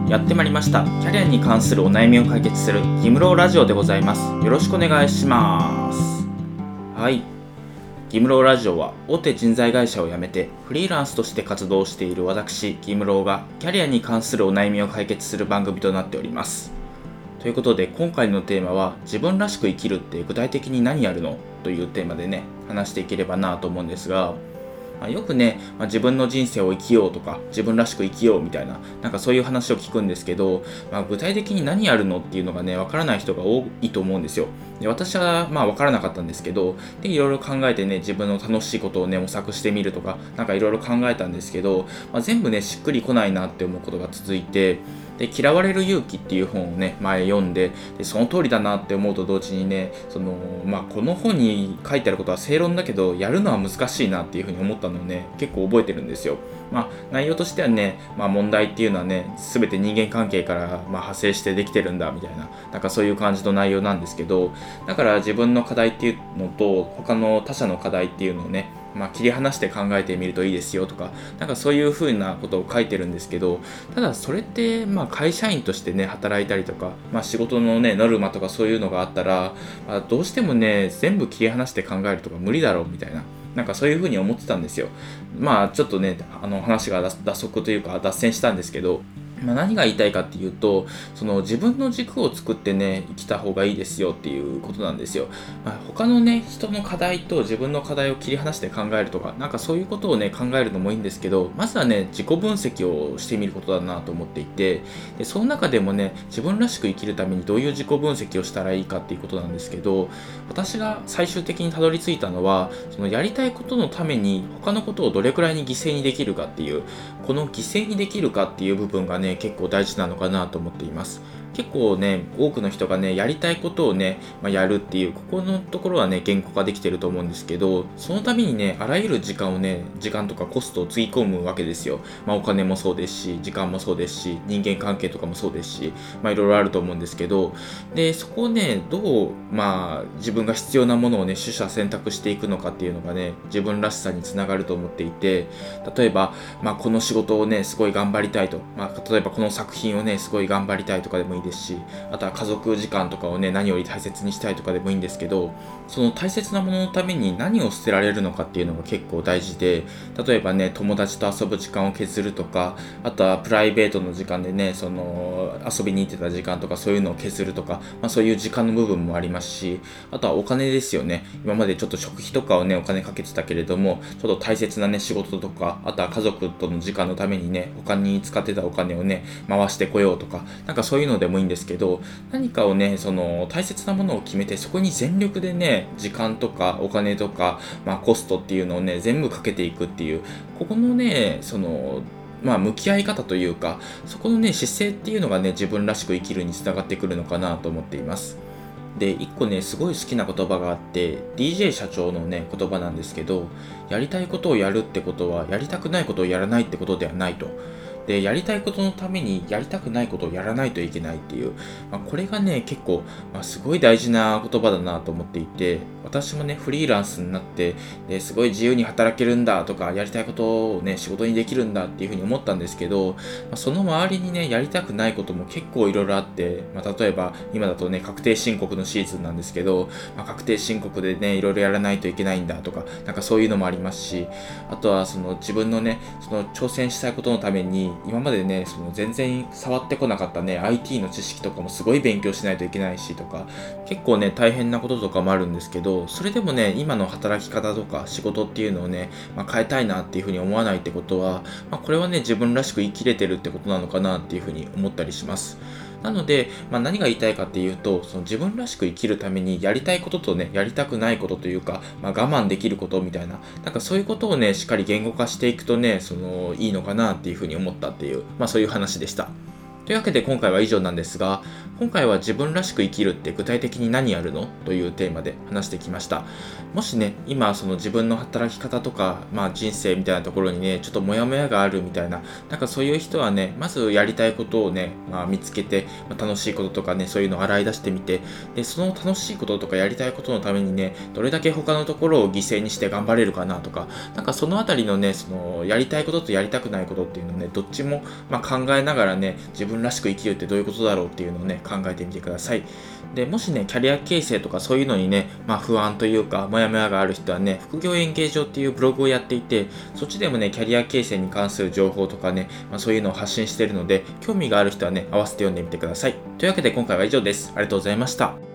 やってまいりました。キャリアに関するお悩みを解決するギムローラジオでございます。よろしくお願いします。はい。ギムローラジオは大手人材会社を辞めてフリーランスとして活動している私、ギムローがキャリアに関するお悩みを解決する番組となっております。ということで今回のテーマは自分らしく生きるって具体的に何やるのというテーマでね、話していければなと思うんですが、よくね、自分の人生を生きようとか自分らしく生きようみたいなそういう話を聞くんですけど、具体的に何やるのっていうのがねわからない人が多いと思うんですよ。で私はわからなかったんですけど、でいろいろ考えてね自分の楽しいことをね模索してみるとかいろいろ考えたんですけど、全部ねしっくりこないなって思うことが続いて、で嫌われる勇気っていう本をね前読んで、その通りだなって思うと同時にね、この本に書いてあることは正論だけどやるのは難しいなっていうふうに思ったのをね結構覚えてるんですよ。内容としてはね、問題っていうのはね全て人間関係から派生してできてるんだみたいなそういう感じの内容なんですけど、だから自分の課題っていうのと他の他者の課題っていうのをね切り離して考えてみるといいですよとかそういう風なことを書いてるんですけど、ただそれって会社員としてね働いたりとか、仕事のねノルマとかそういうのがあったら、どうしてもね全部切り離して考えるとか無理だろうみたいなそういう風に思ってたんですよ。ちょっとね話が脱足というか脱線したんですけど、何が言いたいかっていうと、その自分の軸を作ってね生きた方がいいですよっていうことなんですよ。他のね人の課題と自分の課題を切り離して考えるとかそういうことをね考えるのもいいんですけど、まずはね自己分析をしてみることだなと思っていて、でその中でもね自分らしく生きるためにどういう自己分析をしたらいいかっていうことなんですけど、私が最終的にたどり着いたのは、そのやりたいことのために他のことをどれくらいに犠牲にできるかっていう、この犠牲にできるかっていう部分がね結構大事なのかなと思っています。結構ね多くの人がねやりたいことをね、やるっていうここのところはね言語化できてると思うんですけど、そのためにねあらゆる時間とかコストをつぎ込むわけですよ。お金もそうですし時間もそうですし人間関係とかもそうですし、いろいろあると思うんですけど、でそこをねどう自分が必要なものをね取捨選択していくのかっていうのがね自分らしさにつながると思っていて、例えばこの仕事をねすごい頑張りたいと、例えばこの作品をねすごい頑張りたいとかでもいいですし、あとは家族時間とかをね何より大切にしたいとかでもいいんですけど、その大切なもののために何を捨てられるのかっていうのが結構大事で、例えばね友達と遊ぶ時間を削るとか、あとはプライベートの時間でね遊びに行ってた時間とかそういうのを削るとか、そういう時間の部分もありますし、あとはお金ですよね。今までちょっと食費とかをねお金かけてたけれども、ちょっと大切なね仕事とか、あとは家族との時間のためにね他に使ってたお金をね回してこようとかそういうのでもいいんですけど、何かをねその大切なものを決めてそこに全力でね時間とかお金とか、コストっていうのをね全部かけていくっていう、ここのね向き合い方というか、そこのね姿勢っていうのがね自分らしく生きるにつながってくるのかなと思っています。で一個ねすごい好きな言葉があって、 DJ 社長のね言葉なんですけど、やりたいことをやるってことはやりたくないことをやらないってことではないと。でやりたいことのためにやりたくないことをやらないといけないっていう、これがね結構、すごい大事な言葉だなと思っていて、私もねフリーランスになってですごい自由に働けるんだとか、やりたいことをね仕事にできるんだっていうふうに思ったんですけど、その周りにねやりたくないことも結構いろいろあって、例えば今だとね確定申告のシーズンなんですけど、確定申告でねいろいろやらないといけないんだとかそういうのもありますし、あとはその自分のねその挑戦したいことのために今までね全然触ってこなかったね IT の知識とかもすごい勉強しないといけないしとか、結構ね大変なこととかもあるんですけど、それでもね今の働き方とか仕事っていうのをね、変えたいなっていうふうに思わないってことは、これはね自分らしく生きれてるってことなのかなっていうふうに思ったりします。なので、何が言いたいかっていうと、その自分らしく生きるためにやりたいこととね、やりたくないことというか、我慢できることみたいな、そういうことをね、しっかり言語化していくとね、いいのかなっていうふうに思ったっていう、そういう話でした。というわけで今回は以上なんですが、今回は自分らしく生きるって具体的に何やるのというテーマで話してきました。もしね、今その自分の働き方とか、人生みたいなところにね、ちょっとモヤモヤがあるみたいな、そういう人はね、まずやりたいことをね、見つけて、楽しいこととかね、そういうのを洗い出してみて、で、その楽しいこととかやりたいことのためにね、どれだけ他のところを犠牲にして頑張れるかなとか、そのあたりのね、やりたいこととやりたくないことっていうのをね、どっちも考えながらね、自分分らしく生きるってどういうことだろうっていうのをね、考えてみてください。で、もしね、キャリア形成とかそういうのにね、不安というか、モヤモヤがある人はね、副業演芸場っていうブログをやっていて、そっちでもね、キャリア形成に関する情報とかね、そういうのを発信しているので、興味がある人はね、合わせて読んでみてください。というわけで今回は以上です。ありがとうございました。